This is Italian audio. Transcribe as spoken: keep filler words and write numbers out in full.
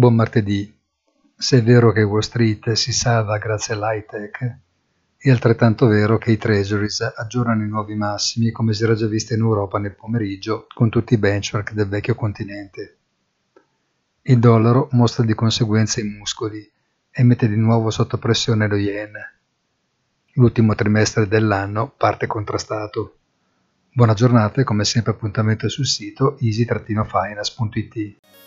Buon martedì. Se è vero che Wall Street si salva grazie all'high tech, è altrettanto vero che i treasuries aggiornano i nuovi massimi come si era già visto in Europa nel pomeriggio con tutti i benchmark del vecchio continente. Il dollaro mostra di conseguenza i muscoli e mette di nuovo sotto pressione lo yen. L'ultimo trimestre dell'anno parte contrastato. Buona giornata e come sempre appuntamento sul sito easy-finance punto it.